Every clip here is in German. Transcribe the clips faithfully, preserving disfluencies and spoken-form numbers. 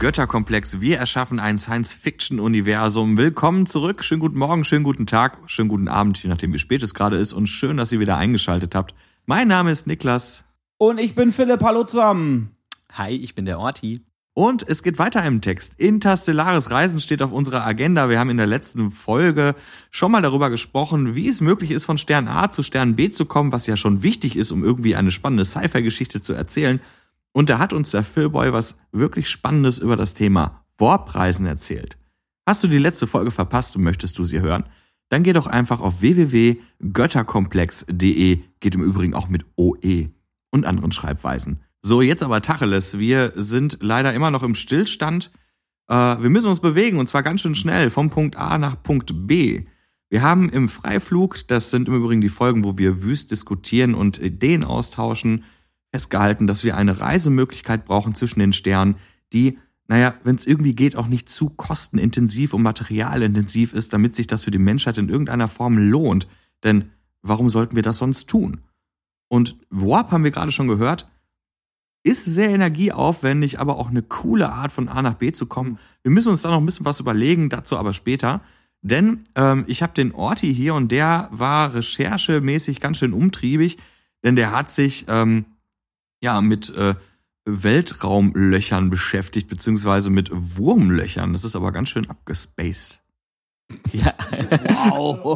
Götterkomplex. Wir erschaffen ein Science-Fiction-Universum. Willkommen zurück. Schönen guten Morgen, schönen guten Tag, schönen guten Abend, je nachdem wie spät es gerade ist. Und schön, dass ihr wieder eingeschaltet habt. Mein Name ist Niklas. Und ich bin Philipp. Hallo zusammen. Hi, ich bin der Orti. Und es geht weiter im Text. Interstellares Reisen steht auf unserer Agenda. Wir haben in der letzten Folge schon mal darüber gesprochen, wie es möglich ist, von Stern A zu Stern B zu kommen, was ja schon wichtig ist, um irgendwie eine spannende Sci-Fi-Geschichte zu erzählen. Und da hat uns der Philboy was wirklich Spannendes über das Thema Warp-Reisen erzählt. Hast du die letzte Folge verpasst und möchtest du sie hören? Dann geh doch einfach auf w w w punkt götterkomplex punkt de, geht im Übrigen auch mit O E und anderen Schreibweisen. So, jetzt aber Tacheles. Wir sind leider immer noch im Stillstand. Äh, wir müssen uns bewegen und zwar ganz schön schnell vom Punkt A nach Punkt B. Wir haben im Freiflug, das sind im Übrigen die Folgen, wo wir wüst diskutieren und Ideen austauschen, festgehalten, dass wir eine Reisemöglichkeit brauchen zwischen den Sternen, die, naja, wenn es irgendwie geht, auch nicht zu kostenintensiv und materialintensiv ist, damit sich das für die Menschheit in irgendeiner Form lohnt. Denn warum sollten wir das sonst tun? Und Warp, haben wir gerade schon gehört, ist sehr energieaufwendig, aber auch eine coole Art, von A nach B zu kommen. Wir müssen uns da noch ein bisschen was überlegen, dazu aber später. Denn ähm, ich habe den Orti hier und der war recherchemäßig ganz schön umtriebig, denn der hat sich ähm, ja mit äh, Weltraumlöchern beschäftigt, beziehungsweise mit Wurmlöchern. Das ist aber ganz schön abgespaced. Ja. Wow.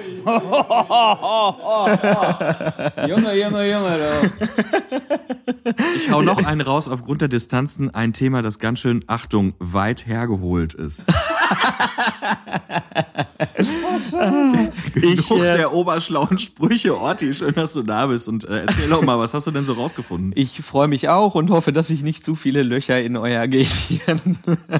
Junge, Junge, Junge. Du. Ich hau noch einen raus aufgrund der Distanzen. Ein Thema, das ganz schön, Achtung, weit hergeholt ist. Ich, Genug äh, der oberschlauen Sprüche. Orti, schön, dass du da bist. Und äh, erzähl doch mal, was hast du denn so rausgefunden? Ich freue mich auch und hoffe, dass ich nicht zu viele Löcher in euer Gehirn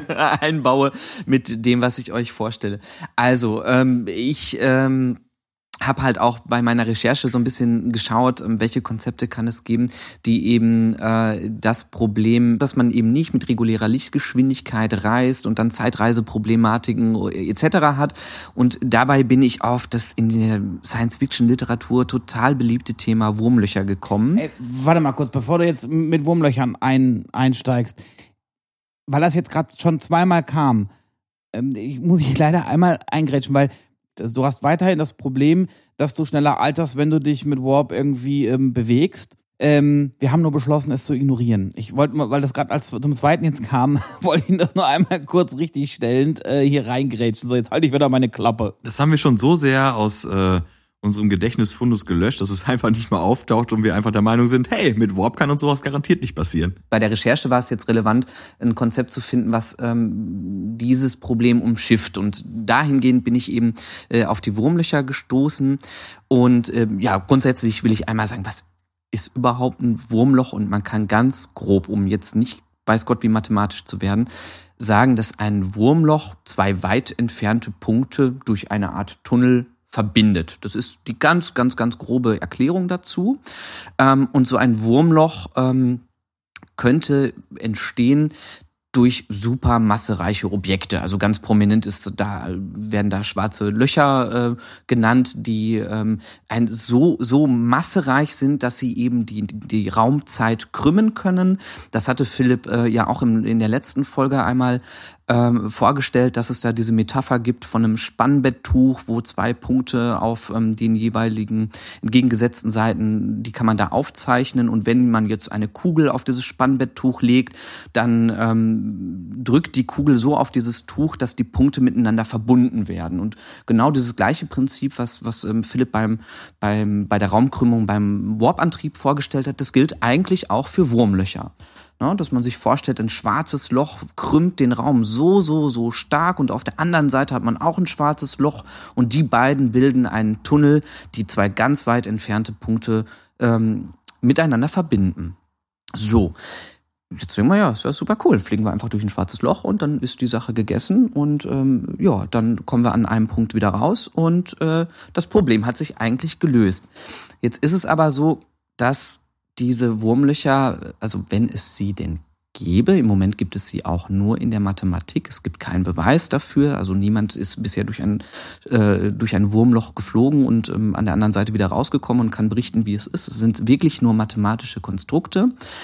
einbaue mit dem, was ich euch vorstelle. Also, ähm, ich ähm, habe halt auch bei meiner Recherche so ein bisschen geschaut, welche Konzepte kann es geben, die eben äh, das Problem, dass man eben nicht mit regulärer Lichtgeschwindigkeit reist und dann Zeitreiseproblematiken et cetera hat. Und dabei bin ich auf das in der Science-Fiction-Literatur total beliebte Thema Wurmlöcher gekommen. Ey, warte mal kurz, bevor du jetzt mit Wurmlöchern ein, einsteigst, weil das jetzt gerade schon zweimal kam, ähm, ich, muss ich leider einmal eingrätschen, weil du hast weiterhin das Problem, dass du schneller alterst, wenn du dich mit Warp irgendwie ähm, bewegst. Ähm, wir haben nur beschlossen, es zu ignorieren. Ich wollte mal, weil das gerade als zum Zweiten jetzt kam, wollte ich das nur einmal kurz richtig stellend äh, hier reingrätschen. So, jetzt halte ich wieder meine Klappe. Das haben wir schon so sehr aus äh, unserem Gedächtnisfundus gelöscht, dass es einfach nicht mehr auftaucht und wir einfach der Meinung sind, hey, mit Warp kann uns sowas garantiert nicht passieren. Bei der Recherche war es jetzt relevant, ein Konzept zu finden, was ähm, dieses Problem umschifft. Und dahingehend bin ich eben äh, auf die Wurmlöcher gestoßen. Und äh, ja, grundsätzlich will ich einmal sagen, was ist überhaupt ein Wurmloch? Und man kann ganz grob, um jetzt nicht, weiß Gott, wie mathematisch zu werden, sagen, dass ein Wurmloch zwei weit entfernte Punkte durch eine Art Tunnel verbindet. Das ist die ganz, ganz, ganz grobe Erklärung dazu. Ähm, und so ein Wurmloch ähm, könnte entstehen durch super massereiche Objekte. Also ganz prominent ist da, werden da schwarze Löcher äh, genannt, die ähm, ein, so, so massereich sind, dass sie eben die, die Raumzeit krümmen können. Das hatte Philipp äh, ja auch in, in der letzten Folge einmal ähm, vorgestellt, dass es da diese Metapher gibt von einem Spannbetttuch, wo zwei Punkte auf ähm, den jeweiligen entgegengesetzten Seiten, die kann man da aufzeichnen. Und wenn man jetzt eine Kugel auf dieses Spannbetttuch legt, dann ähm, drückt die Kugel so auf dieses Tuch, dass die Punkte miteinander verbunden werden. Und genau dieses gleiche Prinzip, was, was ähm, Philipp beim, beim, bei der Raumkrümmung beim Warp-Antrieb vorgestellt hat, das gilt eigentlich auch für Wurmlöcher. Ja, dass man sich vorstellt, ein schwarzes Loch krümmt den Raum so, so, so stark und auf der anderen Seite hat man auch ein schwarzes Loch und die beiden bilden einen Tunnel, die zwei ganz weit entfernte Punkte ähm, miteinander verbinden. So, jetzt denken wir, ja, ist ja super cool, fliegen wir einfach durch ein schwarzes Loch und dann ist die Sache gegessen und ähm, ja, dann kommen wir an einem Punkt wieder raus und äh, das Problem hat sich eigentlich gelöst. Jetzt ist es aber so, dass diese Wurmlöcher, also wenn es sie denn gäbe, im Moment gibt es sie auch nur in der Mathematik, es gibt keinen Beweis dafür, also niemand ist bisher durch ein, äh, durch ein Wurmloch geflogen und ähm, an der anderen Seite wieder rausgekommen und kann berichten, wie es ist. Es sind wirklich nur mathematische Konstrukte,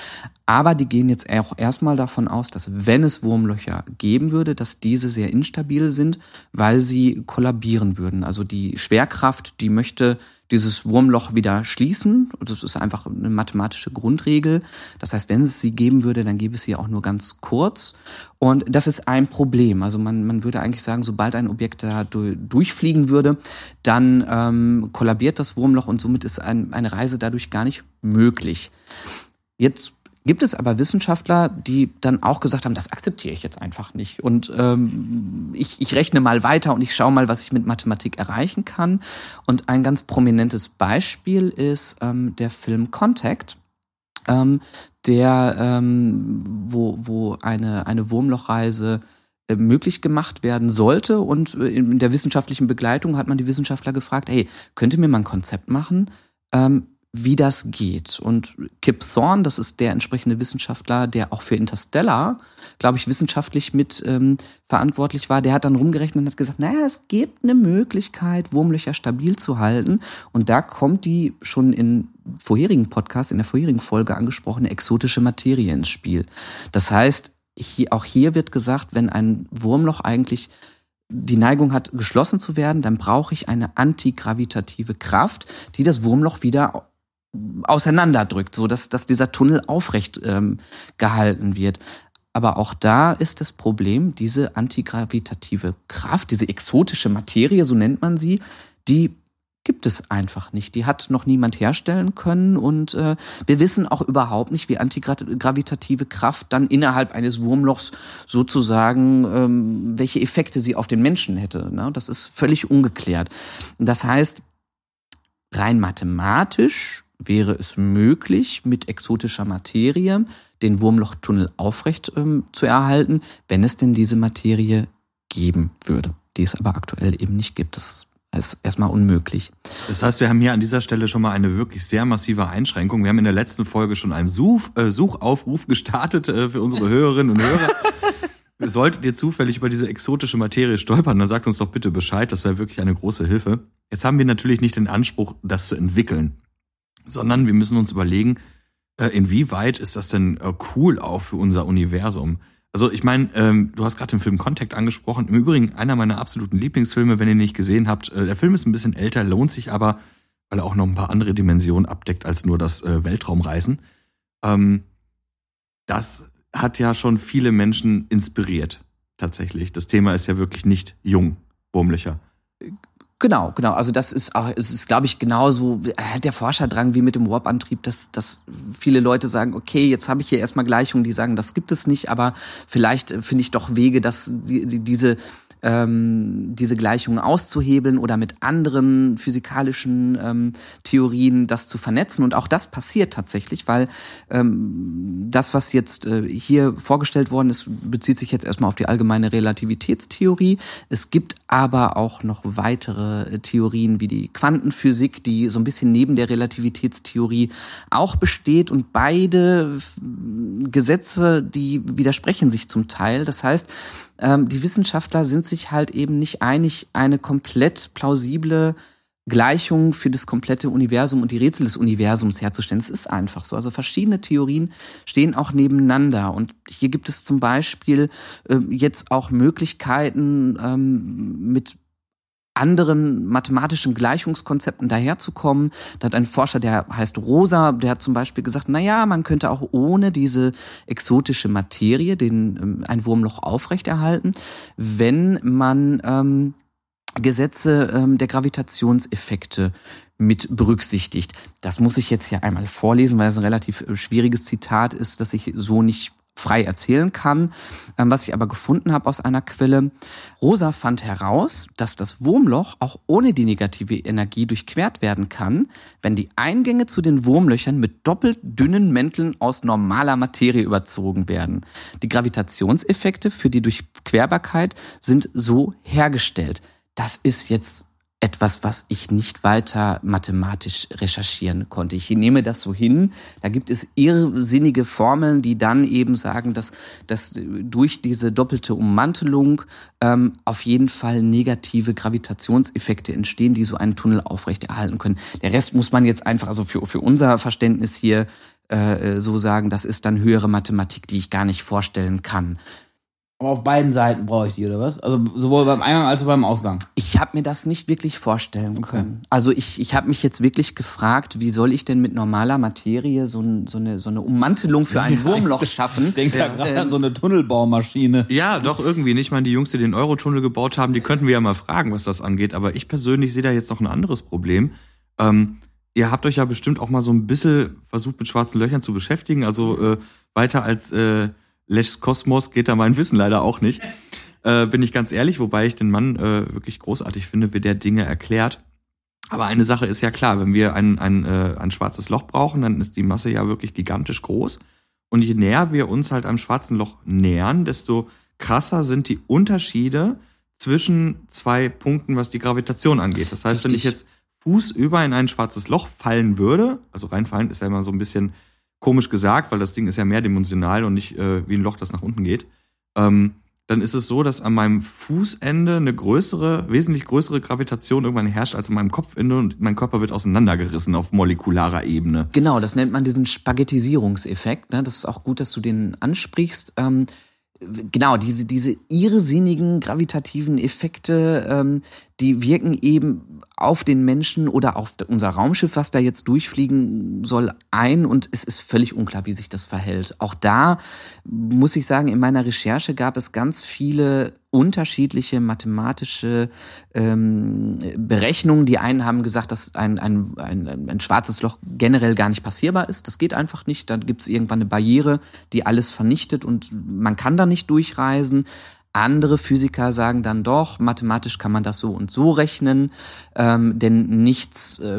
Aber die gehen jetzt auch erstmal davon aus, dass wenn es Wurmlöcher geben würde, dass diese sehr instabil sind, weil sie kollabieren würden. Also die Schwerkraft, die möchte dieses Wurmloch wieder schließen. Das ist einfach eine mathematische Grundregel. Das heißt, wenn es sie geben würde, dann gäbe es sie auch nur ganz kurz. Und das ist ein Problem. Also man, man würde eigentlich sagen, sobald ein Objekt da durchfliegen würde, dann ähm, kollabiert das Wurmloch und somit ist ein, eine Reise dadurch gar nicht möglich. Jetzt gibt es aber Wissenschaftler, die dann auch gesagt haben, das akzeptiere ich jetzt einfach nicht. Und ähm, ich, ich rechne mal weiter und ich schaue mal, was ich mit Mathematik erreichen kann. Und ein ganz prominentes Beispiel ist ähm, der Film Contact, ähm, der ähm, wo, wo eine, eine Wurmlochreise äh, möglich gemacht werden sollte. Und äh, in der wissenschaftlichen Begleitung hat man die Wissenschaftler gefragt, hey, könnt ihr mir mal ein Konzept machen, ähm, wie das geht. Und Kip Thorne, das ist der entsprechende Wissenschaftler, der auch für Interstellar, glaube ich, wissenschaftlich mit ähm, verantwortlich war, der hat dann rumgerechnet und hat gesagt, naja, es gibt eine Möglichkeit, Wurmlöcher stabil zu halten. Und da kommt die schon in vorherigen Podcast, in der vorherigen Folge angesprochene exotische Materie ins Spiel. Das heißt, hier, auch hier wird gesagt, wenn ein Wurmloch eigentlich die Neigung hat, geschlossen zu werden, dann brauche ich eine antigravitative Kraft, die das Wurmloch wieder auseinanderdrückt, so dass, dass dieser Tunnel aufrecht ähm, gehalten wird. Aber auch da ist das Problem, diese antigravitative Kraft, diese exotische Materie, so nennt man sie, die gibt es einfach nicht. Die hat noch niemand herstellen können und äh, wir wissen auch überhaupt nicht, wie antigravitative Kraft dann innerhalb eines Wurmlochs sozusagen, ähm, welche Effekte sie auf den Menschen hätte. Ne? Das ist völlig ungeklärt. Das heißt, rein mathematisch wäre es möglich, mit exotischer Materie den Wurmlochtunnel aufrecht ähm, zu erhalten, wenn es denn diese Materie geben würde, die es aber aktuell eben nicht gibt. Das ist erstmal unmöglich. Das heißt, wir haben hier an dieser Stelle schon mal eine wirklich sehr massive Einschränkung. Wir haben in der letzten Folge schon einen Such, äh, Suchaufruf gestartet äh, für unsere Hörerinnen und Hörer. Solltet ihr zufällig über diese exotische Materie stolpern, dann sagt uns doch bitte Bescheid. Das wäre wirklich eine große Hilfe. Jetzt haben wir natürlich nicht den Anspruch, das zu entwickeln, sondern wir müssen uns überlegen, äh, inwieweit ist das denn äh, cool auch für unser Universum. Also ich meine, ähm, du hast gerade den Film Contact angesprochen. Im Übrigen einer meiner absoluten Lieblingsfilme, wenn ihr ihn nicht gesehen habt. Äh, der Film ist ein bisschen älter, lohnt sich aber, weil er auch noch ein paar andere Dimensionen abdeckt als nur das äh, Weltraumreisen. Ähm, das hat ja schon viele Menschen inspiriert, tatsächlich. Das Thema ist ja wirklich nicht jung, Wurmlöcher. Genau, genau. Also das ist auch, es ist, glaube ich, genauso der Forscherdrang wie mit dem Warp-Antrieb, dass, dass viele Leute sagen, okay, jetzt habe ich hier erstmal Gleichungen, die sagen, das gibt es nicht, aber vielleicht finde ich doch Wege, dass die, die, diese ähm, diese Gleichungen auszuhebeln oder mit anderen physikalischen ähm, Theorien das zu vernetzen. Und auch das passiert tatsächlich, weil ähm, das, was jetzt äh, hier vorgestellt worden ist, bezieht sich jetzt erstmal auf die allgemeine Relativitätstheorie. Es gibt aber auch noch weitere Theorien wie die Quantenphysik, die so ein bisschen neben der Relativitätstheorie auch besteht. Und beide Gesetze, die widersprechen sich zum Teil. Das heißt, ähm, die Wissenschaftler sind sich halt eben nicht einig, eine komplett plausible Gleichung für das komplette Universum und die Rätsel des Universums herzustellen. Es ist einfach so. Also verschiedene Theorien stehen auch nebeneinander. Und hier gibt es zum Beispiel äh, jetzt auch Möglichkeiten, ähm, mit anderen mathematischen Gleichungskonzepten daherzukommen. Da hat ein Forscher, der heißt Rosa, der hat zum Beispiel gesagt, na ja, man könnte auch ohne diese exotische Materie den ähm, ein Wurmloch aufrechterhalten, wenn man ähm, Gesetze ähm, der Gravitationseffekte mit berücksichtigt. Das muss ich jetzt hier einmal vorlesen, weil das ein relativ äh, schwieriges Zitat ist, das ich so nicht frei erzählen kann. Ähm, was ich aber gefunden habe aus einer Quelle. Rosa fand heraus, dass das Wurmloch auch ohne die negative Energie durchquert werden kann, wenn die Eingänge zu den Wurmlöchern mit doppelt dünnen Mänteln aus normaler Materie überzogen werden. Die Gravitationseffekte für die Durchquerbarkeit sind so hergestellt. Das ist jetzt etwas, was ich nicht weiter mathematisch recherchieren konnte. Ich nehme das so hin. Da gibt es irrsinnige Formeln, die dann eben sagen, dass, dass durch diese doppelte Ummantelung ähm, auf jeden Fall negative Gravitationseffekte entstehen, die so einen Tunnel aufrechterhalten können. Der Rest muss man jetzt einfach, also für, für unser Verständnis hier, äh, so sagen, das ist dann höhere Mathematik, die ich gar nicht vorstellen kann. Aber auf beiden Seiten brauche ich die, oder was? Also sowohl beim Eingang als auch beim Ausgang? Ich habe mir das nicht wirklich vorstellen Okay. können. Also ich, ich habe mich jetzt wirklich gefragt, wie soll ich denn mit normaler Materie so, ein, so, eine, so eine Ummantelung für ein Wurmloch schaffen? Ich denke ja, da gerade an so eine Tunnelbaumaschine. Ja, doch irgendwie nicht. Ich meine, die Jungs, die den Eurotunnel gebaut haben, die könnten wir ja mal fragen, was das angeht. Aber ich persönlich sehe da jetzt noch ein anderes Problem. Ähm, ihr habt euch ja bestimmt auch mal so ein bisschen versucht, mit schwarzen Löchern zu beschäftigen. Also äh, weiter als äh, Leschs Kosmos geht da mein Wissen leider auch nicht. Äh, bin ich ganz ehrlich, wobei ich den Mann äh, wirklich großartig finde, wie der Dinge erklärt. Aber eine Sache ist ja klar, wenn wir ein, ein, äh, ein schwarzes Loch brauchen, dann ist die Masse ja wirklich gigantisch groß. Und je näher wir uns halt am schwarzen Loch nähern, desto krasser sind die Unterschiede zwischen zwei Punkten, was die Gravitation angeht. Das heißt, Richtig. wenn ich jetzt fußüber in ein schwarzes Loch fallen würde, also reinfallen ist ja immer so ein bisschen komisch gesagt, weil das Ding ist ja mehrdimensional und nicht äh, wie ein Loch, das nach unten geht, ähm, dann ist es so, dass an meinem Fußende eine größere, wesentlich größere Gravitation irgendwann herrscht als an meinem Kopfende und mein Körper wird auseinandergerissen auf molekularer Ebene. Genau, das nennt man diesen Spaghettisierungseffekt. Ne? Das ist auch gut, dass du den ansprichst. Ähm, genau, diese, diese irrsinnigen gravitativen Effekte, ähm, die wirken eben auf den Menschen oder auf unser Raumschiff, was da jetzt durchfliegen soll, ein und es ist völlig unklar, wie sich das verhält. Auch da muss ich sagen, in meiner Recherche gab es ganz viele unterschiedliche mathematische ähm, Berechnungen. Die einen haben gesagt, dass ein, ein, ein, ein schwarzes Loch generell gar nicht passierbar ist. Das geht einfach nicht. Dann gibt es irgendwann eine Barriere, die alles vernichtet und man kann da nicht durchreisen. Andere Physiker sagen dann doch, mathematisch kann man das so und so rechnen, ähm, denn nichts äh,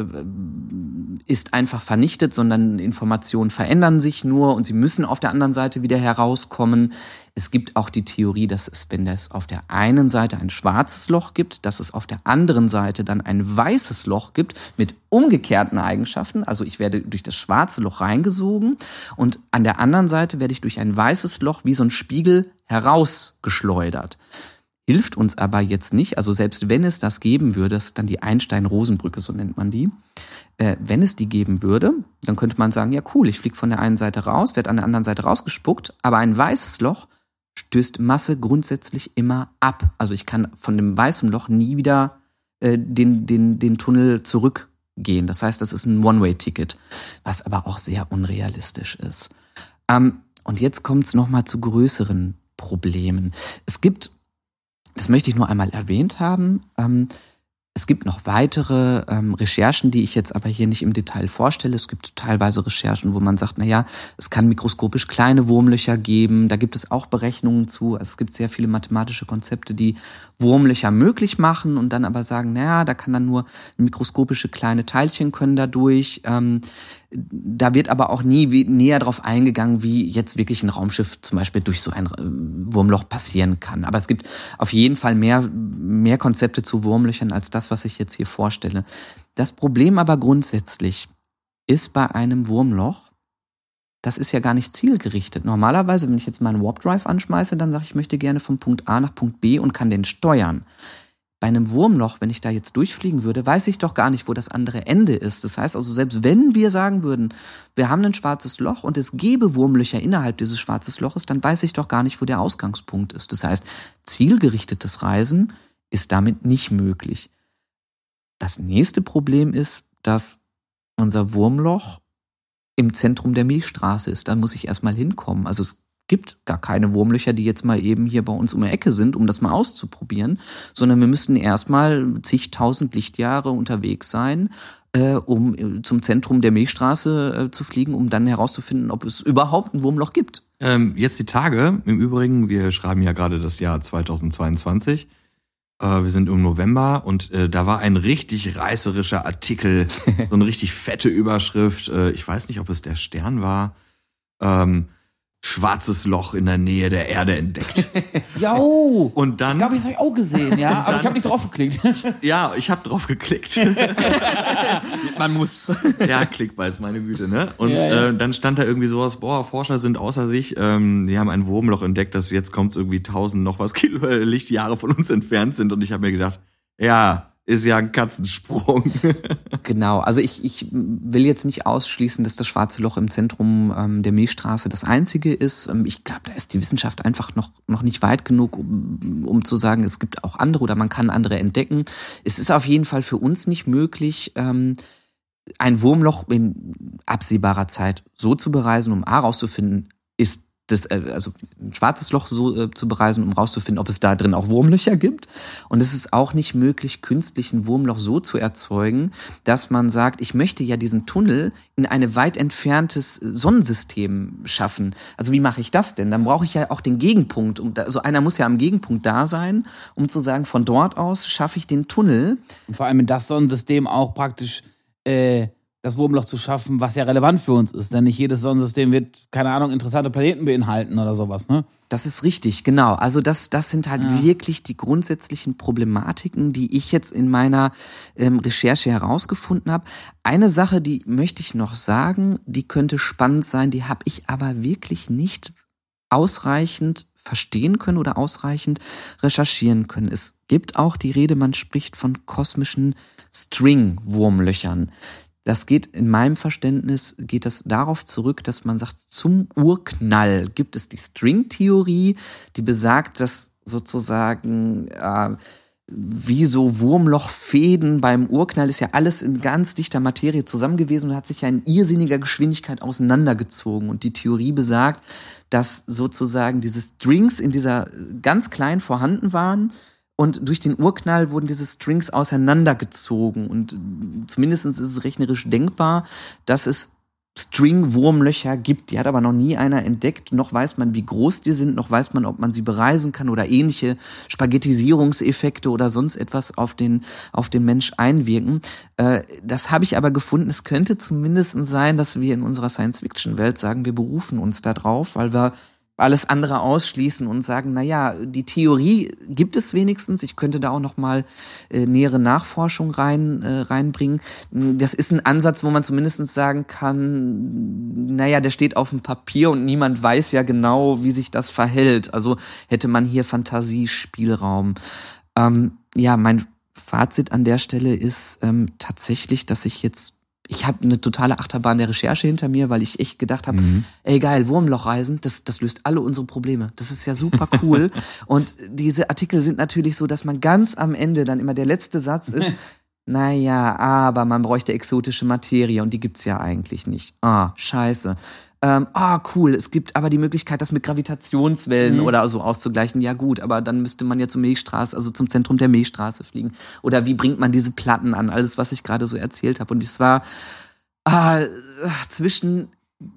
ist einfach vernichtet, sondern Informationen verändern sich nur und sie müssen auf der anderen Seite wieder herauskommen. Es gibt auch die Theorie, dass es, wenn es auf der einen Seite ein schwarzes Loch gibt, dass es auf der anderen Seite dann ein weißes Loch gibt mit umgekehrten Eigenschaften. Also ich werde durch das schwarze Loch reingesogen und an der anderen Seite werde ich durch ein weißes Loch wie so ein Spiegel herausgeschleudert. Hilft uns aber jetzt nicht, also selbst wenn es das geben würde, das ist dann die Einstein-Rosen-Brücke, so nennt man die, äh, wenn es die geben würde, dann könnte man sagen, ja cool, ich fliege von der einen Seite raus, werde an der anderen Seite rausgespuckt, aber ein weißes Loch stößt Masse grundsätzlich immer ab. Also ich kann von dem weißen Loch nie wieder äh, den, den, den Tunnel zurückgehen. Das heißt, das ist ein One-Way-Ticket, was aber auch sehr unrealistisch ist. Ähm, und jetzt kommt es nochmal zu größeren Problemen. Es gibt, das möchte ich nur einmal erwähnt haben, ähm, es gibt noch weitere ähm, Recherchen, die ich jetzt aber hier nicht im Detail vorstelle. Es gibt teilweise Recherchen, wo man sagt, na ja, es kann mikroskopisch kleine Wurmlöcher geben. Da gibt es auch Berechnungen zu. Also es gibt sehr viele mathematische Konzepte, die Wurmlöcher möglich machen und dann aber sagen, na ja, da kann dann nur mikroskopische kleine Teilchen können da durch. Ähm, Da wird aber auch nie wie, näher drauf eingegangen, wie jetzt wirklich ein Raumschiff zum Beispiel durch so ein Wurmloch passieren kann. Aber es gibt auf jeden Fall mehr, mehr Konzepte zu Wurmlöchern als das, was ich jetzt hier vorstelle. Das Problem aber grundsätzlich ist bei einem Wurmloch, das ist ja gar nicht zielgerichtet. Normalerweise, wenn ich jetzt meinen Warp Drive anschmeiße, dann sage ich, ich möchte gerne von Punkt A nach Punkt B und kann den steuern. Bei einem Wurmloch, wenn ich da jetzt durchfliegen würde, weiß ich doch gar nicht, wo das andere Ende ist. Das heißt also, selbst wenn wir sagen würden, wir haben ein schwarzes Loch und es gäbe Wurmlöcher innerhalb dieses schwarzen Loches, dann weiß ich doch gar nicht, wo der Ausgangspunkt ist. Das heißt, zielgerichtetes Reisen ist damit nicht möglich. Das nächste Problem ist, dass unser Wurmloch im Zentrum der Milchstraße ist. Da muss ich erstmal hinkommen. Also es gibt gar keine Wurmlöcher, die jetzt mal eben hier bei uns um die Ecke sind, um das mal auszuprobieren, sondern wir müssten erstmal zigtausend Lichtjahre unterwegs sein, äh, um zum Zentrum der Milchstraße äh, zu fliegen, um dann herauszufinden, ob es überhaupt ein Wurmloch gibt. Ähm, jetzt die Tage, im Übrigen, wir schreiben ja gerade das Jahr zweitausendzweiundzwanzig, äh, wir sind im November und äh, da war ein richtig reißerischer Artikel, so eine richtig fette Überschrift, äh, ich weiß nicht, ob es der Stern war, ähm, schwarzes Loch in der Nähe der Erde entdeckt. Jo! Und dann, ich glaube, das habe ich auch gesehen, ja, aber dann, ich habe nicht drauf geklickt. Ja, ich habe drauf geklickt. Man muss. Ja, Clickbites, meine Güte, ne? Und ja, ja. Äh, dann stand da irgendwie sowas, boah, Forscher sind außer sich, ähm, die haben ein Wurmloch entdeckt, das jetzt kommt irgendwie tausend noch was Kilo, äh, Lichtjahre von uns entfernt sind. Und ich habe mir gedacht, ja, ist ja ein Katzensprung. Genau, also ich, ich will jetzt nicht ausschließen, dass das Schwarze Loch im Zentrum ähm, der Milchstraße das einzige ist. Ähm, ich glaube, da ist die Wissenschaft einfach noch, noch nicht weit genug, um, um zu sagen, es gibt auch andere oder man kann andere entdecken. Es ist auf jeden Fall für uns nicht möglich, ähm, ein Wurmloch in absehbarer Zeit so zu bereisen, um A rauszufinden, ist das, also ein schwarzes Loch so äh, zu bereisen, um rauszufinden, ob es da drin auch Wurmlöcher gibt. Und es ist auch nicht möglich, künstlich ein Wurmloch so zu erzeugen, dass man sagt, ich möchte ja diesen Tunnel in ein weit entferntes Sonnensystem schaffen. Also wie mache ich das denn? Dann brauche ich ja auch den Gegenpunkt. Also einer muss ja am Gegenpunkt da sein, um zu sagen, von dort aus schaffe ich den Tunnel. Und vor allem in das Sonnensystem auch praktisch äh das Wurmloch zu schaffen, was ja relevant für uns ist. Denn nicht jedes Sonnensystem wird, keine Ahnung, interessante Planeten beinhalten oder sowas, ne? Das ist richtig, genau. Also das, das sind halt ja. wirklich die grundsätzlichen Problematiken, die ich jetzt in meiner ähm, Recherche herausgefunden habe. Eine Sache, die möchte ich noch sagen, die könnte spannend sein, die habe ich aber wirklich nicht ausreichend verstehen können oder ausreichend recherchieren können. Es gibt auch die Rede, man spricht von kosmischen String-Wurmlöchern. Das geht in meinem Verständnis, geht das darauf zurück, dass man sagt, zum Urknall gibt es die String-Theorie, die besagt, dass sozusagen äh, wie so Wurmlochfäden beim Urknall ist ja alles in ganz dichter Materie zusammen gewesen und hat sich ja in irrsinniger Geschwindigkeit auseinandergezogen. Und die Theorie besagt, dass sozusagen diese Strings in dieser ganz klein vorhanden waren. Und durch den Urknall wurden diese Strings auseinandergezogen. Und zumindest ist es rechnerisch denkbar, dass es String-Wurmlöcher gibt. Die hat aber noch nie einer entdeckt. Noch weiß man, wie groß die sind. Noch weiß man, ob man sie bereisen kann oder ähnliche Spaghettisierungseffekte oder sonst etwas auf den, auf den Mensch einwirken. Äh, das habe ich aber gefunden. Es könnte zumindest sein, dass wir in unserer Science-Fiction-Welt sagen, wir berufen uns da drauf, weil wir alles andere ausschließen und sagen, na ja, die Theorie gibt es wenigstens. Ich könnte da auch noch mal äh, nähere Nachforschung rein äh, reinbringen. Das ist ein Ansatz, wo man zumindest sagen kann, na ja, der steht auf dem Papier und niemand weiß ja genau, wie sich das verhält. Also hätte man hier Fantasiespielraum. Ähm, ja, mein Fazit an der Stelle ist ähm, tatsächlich, dass ich jetzt Ich habe eine totale Achterbahn der Recherche hinter mir, weil ich echt gedacht habe, mhm. ey geil, Wurmlochreisen, das, das löst alle unsere Probleme. Das ist ja super cool. Und diese Artikel sind natürlich so, dass man ganz am Ende dann immer der letzte Satz ist, naja, aber man bräuchte exotische Materie und die gibt's ja eigentlich nicht. Ah, scheiße. Ähm, ah, cool, es gibt aber die Möglichkeit, das mit Gravitationswellen mhm. oder so auszugleichen. Ja gut, aber dann müsste man ja zur Milchstraße, also zum Zentrum der Milchstraße fliegen. Oder wie bringt man diese Platten an? Alles, was ich gerade so erzählt habe. Und es war ah, zwischen...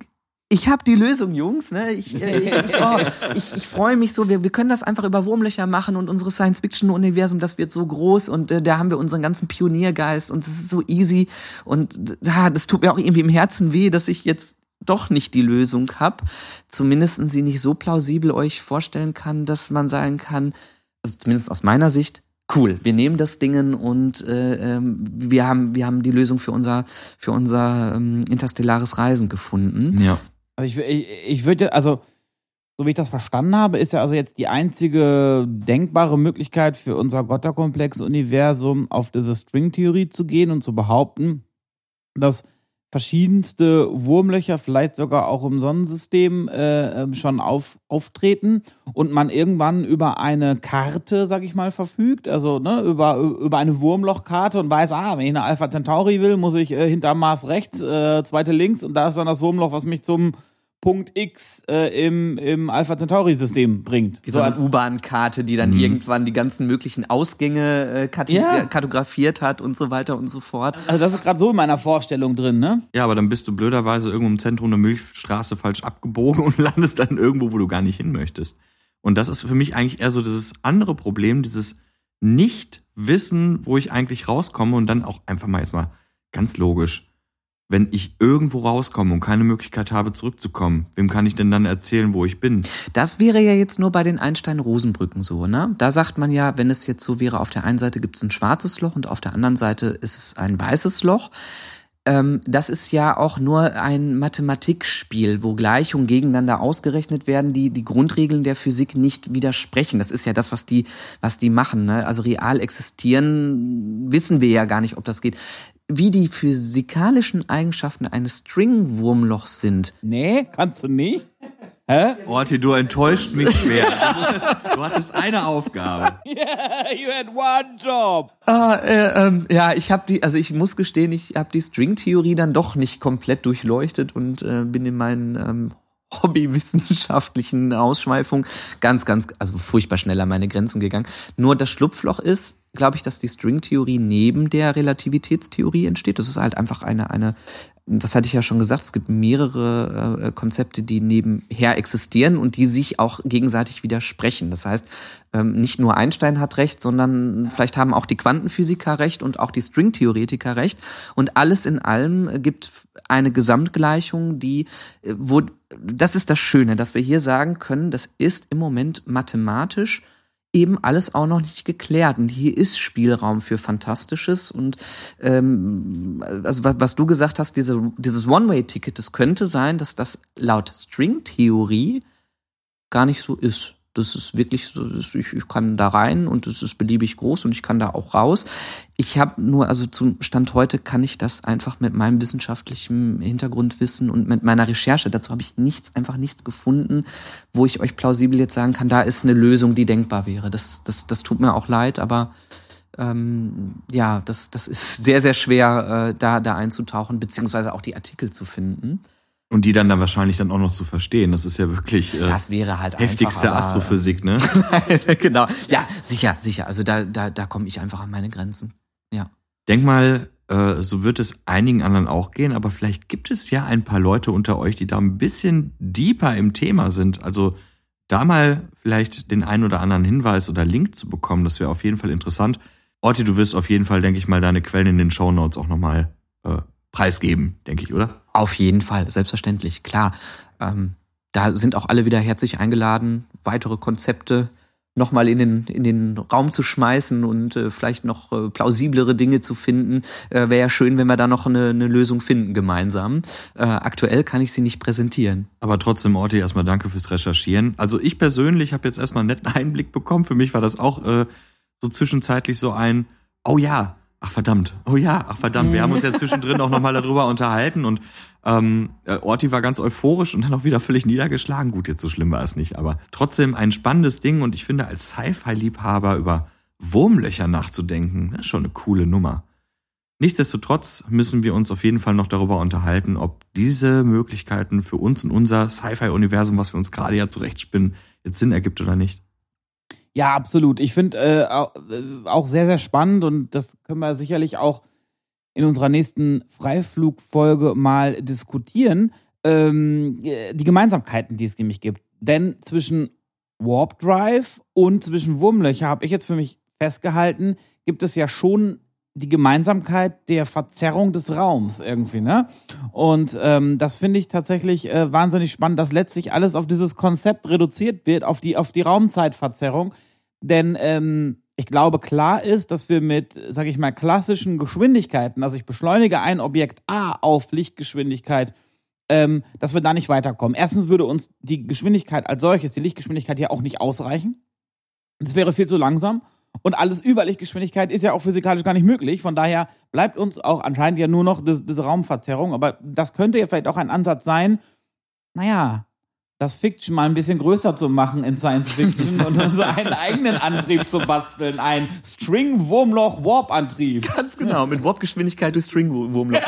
Ich habe die Lösung, Jungs. Ne? Ich, äh, ich, ich, oh, ich, ich freue mich so. Wir, wir können das einfach über Wurmlöcher machen und unsere Science-Fiction-Universum, das wird so groß und äh, da haben wir unseren ganzen Pioniergeist und es ist so easy. Und ah, das tut mir auch irgendwie im Herzen weh, dass ich jetzt doch nicht die Lösung habe, zumindest sie nicht so plausibel euch vorstellen kann, dass man sagen kann, also zumindest aus meiner Sicht, cool, wir nehmen das Dingen und äh, ähm, wir haben wir haben die Lösung für unser für unser ähm, interstellares Reisen gefunden. Ja. Also ich, ich, ich würde, also so wie ich das verstanden habe, ist ja also jetzt die einzige denkbare Möglichkeit für unser Götterkomplex-Universum auf diese String-Theorie zu gehen und zu behaupten, dass verschiedenste Wurmlöcher vielleicht sogar auch im Sonnensystem äh, schon auf, auftreten und man irgendwann über eine Karte, sag ich mal, verfügt, also ne, über, über eine Wurmlochkarte und weiß, ah, wenn ich eine Alpha Centauri will, muss ich äh, hinterm Mars rechts, äh, zweite links und da ist dann das Wurmloch, was mich zum Punkt X äh, im, im Alpha Centauri-System bringt. Wie so, so eine U-Bahn-Karte, die dann mhm. irgendwann die ganzen möglichen Ausgänge äh, karte- ja. kartografiert hat und so weiter und so fort. Also das ist gerade so in meiner Vorstellung drin, ne? Ja, aber dann bist du blöderweise irgendwo im Zentrum der Milchstraße falsch abgebogen und landest dann irgendwo, wo du gar nicht hin möchtest. Und das ist für mich eigentlich eher so dieses andere Problem, dieses Nicht-Wissen, wo ich eigentlich rauskomme und dann auch einfach mal jetzt mal ganz logisch, wenn ich irgendwo rauskomme und keine Möglichkeit habe, zurückzukommen, wem kann ich denn dann erzählen, wo ich bin? Das wäre ja jetzt nur bei den Einstein-Rosen-Brücken so, ne? Da sagt man ja, wenn es jetzt so wäre, auf der einen Seite gibt es ein schwarzes Loch und auf der anderen Seite ist es ein weißes Loch. ähm, das ist ja auch nur ein Mathematikspiel, wo Gleichungen gegeneinander ausgerechnet werden, die die Grundregeln der Physik nicht widersprechen. Das ist ja das, was die, was die machen, ne? Also real existieren, wissen wir ja gar nicht, ob das geht. Wie die physikalischen Eigenschaften eines String-Wurmlochs sind. Nee, kannst du nicht? Hä? Orti, du enttäuscht mich schwer. Du hattest eine Aufgabe. Yeah, you had one job. Ah, äh, ähm, ja, ich habe die, also ich muss gestehen, ich habe die Stringtheorie dann doch nicht komplett durchleuchtet und äh, bin in meinen ähm, hobbywissenschaftlichen Ausschweifungen ganz, ganz, also furchtbar schnell an meine Grenzen gegangen. Nur das Schlupfloch ist, glaube ich, dass die Stringtheorie neben der Relativitätstheorie entsteht. Das ist halt einfach eine, eine, das hatte ich ja schon gesagt, es gibt mehrere äh, Konzepte, die nebenher existieren und die sich auch gegenseitig widersprechen. Das heißt, ähm, nicht nur Einstein hat recht, sondern vielleicht haben auch die Quantenphysiker recht und auch die Stringtheoretiker recht. Und alles in allem gibt eine Gesamtgleichung, die, äh, wo, das ist das Schöne, dass wir hier sagen können, das ist im Moment mathematisch eben alles auch noch nicht geklärt. Und hier ist Spielraum für Fantastisches. Und ähm, also was, was du gesagt hast, diese, dieses One-Way-Ticket, das könnte sein, dass das laut Stringtheorie gar nicht so ist. Das ist wirklich so, das, ich, ich kann da rein und es ist beliebig groß und ich kann da auch raus. Ich habe nur, also zum Stand heute kann ich das einfach mit meinem wissenschaftlichen Hintergrundwissen und mit meiner Recherche, dazu habe ich nichts, einfach nichts gefunden, wo ich euch plausibel jetzt sagen kann, da ist eine Lösung, die denkbar wäre. Das, das, das tut mir auch leid, aber ähm, ja, das, das ist sehr, sehr schwer, äh, da, da einzutauchen, beziehungsweise auch die Artikel zu finden. Und die dann dann wahrscheinlich dann auch noch zu verstehen. Das ist ja wirklich äh, das wäre halt heftigste einfach, Astrophysik, ne? Genau. Ja, sicher, sicher. Also da, da, da komme ich einfach an meine Grenzen. Ja. Denk mal, äh, so wird es einigen anderen auch gehen, aber vielleicht gibt es ja ein paar Leute unter euch, die da ein bisschen deeper im Thema sind. Also da mal vielleicht den einen oder anderen Hinweis oder Link zu bekommen, das wäre auf jeden Fall interessant. Orti, du wirst auf jeden Fall, denke ich mal, deine Quellen in den Shownotes auch nochmal äh, preisgeben, denke ich, oder? Auf jeden Fall, selbstverständlich, klar. Ähm, da sind auch alle wieder herzlich eingeladen, weitere Konzepte nochmal in den, in den Raum zu schmeißen und äh, vielleicht noch äh, plausiblere Dinge zu finden. Äh, Wäre ja schön, wenn wir da noch eine, eine Lösung finden gemeinsam. Äh, aktuell kann ich sie nicht präsentieren. Aber trotzdem, Orti, erstmal danke fürs Recherchieren. Also ich persönlich habe jetzt erstmal einen netten Einblick bekommen. Für mich war das auch äh, so zwischenzeitlich so ein, oh ja, ach verdammt, oh ja, ach verdammt, wir haben uns ja zwischendrin auch nochmal darüber unterhalten und ähm, Orti war ganz euphorisch und dann auch wieder völlig niedergeschlagen. Gut, jetzt so schlimm war es nicht, aber trotzdem ein spannendes Ding und ich finde, als Sci-Fi-Liebhaber über Wurmlöcher nachzudenken, das ist schon eine coole Nummer. Nichtsdestotrotz müssen wir uns auf jeden Fall noch darüber unterhalten, ob diese Möglichkeiten für uns und unser Sci-Fi-Universum, was wir uns gerade ja zurechtspinnen, jetzt Sinn ergibt oder nicht. Ja, absolut. Ich finde äh, auch sehr, sehr spannend und das können wir sicherlich auch in unserer nächsten Freiflugfolge mal diskutieren, ähm, die Gemeinsamkeiten, die es nämlich gibt. Denn zwischen Warp Drive und zwischen Wurmlöcher habe ich jetzt für mich festgehalten, gibt es ja schon die Gemeinsamkeit der Verzerrung des Raums irgendwie, ne? Und ähm, das finde ich tatsächlich äh, wahnsinnig spannend, dass letztlich alles auf dieses Konzept reduziert wird, auf die, auf die Raumzeitverzerrung. Denn ähm, ich glaube, klar ist, dass wir mit, sag ich mal, klassischen Geschwindigkeiten, also ich beschleunige ein Objekt A auf Lichtgeschwindigkeit, ähm, dass wir da nicht weiterkommen. Erstens würde uns die Geschwindigkeit als solches, die Lichtgeschwindigkeit ja auch nicht ausreichen. Das wäre viel zu langsam. Und alles über Lichtgeschwindigkeit ist ja auch physikalisch gar nicht möglich. Von daher bleibt uns auch anscheinend ja nur noch das, diese Raumverzerrung. Aber das könnte ja vielleicht auch ein Ansatz sein, naja, das Fiction mal ein bisschen größer zu machen in Science Fiction und uns einen eigenen Antrieb zu basteln. Ein String-Wurmloch-Warp-Antrieb. Ganz genau, mit Warp-Geschwindigkeit durch String-Wurmloch.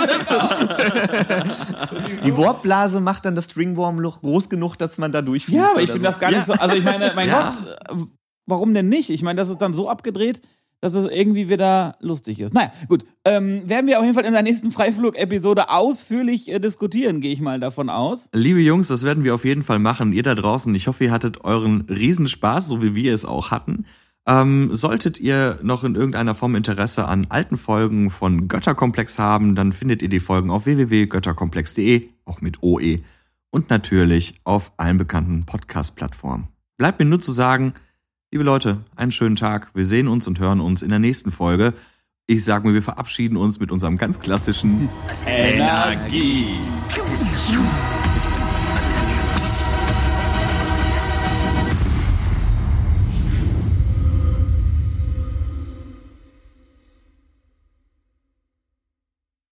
Die Warp-Blase macht dann das String-Wurmloch groß genug, dass man da durchfliegt. Ja, aber ich finde so. das gar nicht ja. so. Also ich meine, mein Ja. Gott, warum denn nicht? Ich meine, das ist dann so abgedreht, dass es irgendwie wieder lustig ist. Naja, gut. Ähm, werden wir auf jeden Fall in der nächsten Freiflug-Episode ausführlich äh, diskutieren, gehe ich mal davon aus. Liebe Jungs, das werden wir auf jeden Fall machen. Ihr da draußen, ich hoffe, ihr hattet euren Riesenspaß, so wie wir es auch hatten. Ähm, solltet ihr noch in irgendeiner Form Interesse an alten Folgen von Götterkomplex haben, dann findet ihr die Folgen auf w w w punkt götterkomplex punkt de, auch mit O E, und natürlich auf allen bekannten Podcast-Plattformen. Bleibt mir nur zu sagen, liebe Leute, einen schönen Tag. Wir sehen uns und hören uns in der nächsten Folge. Ich sage mir, wir verabschieden uns mit unserem ganz klassischen Energie. Energie.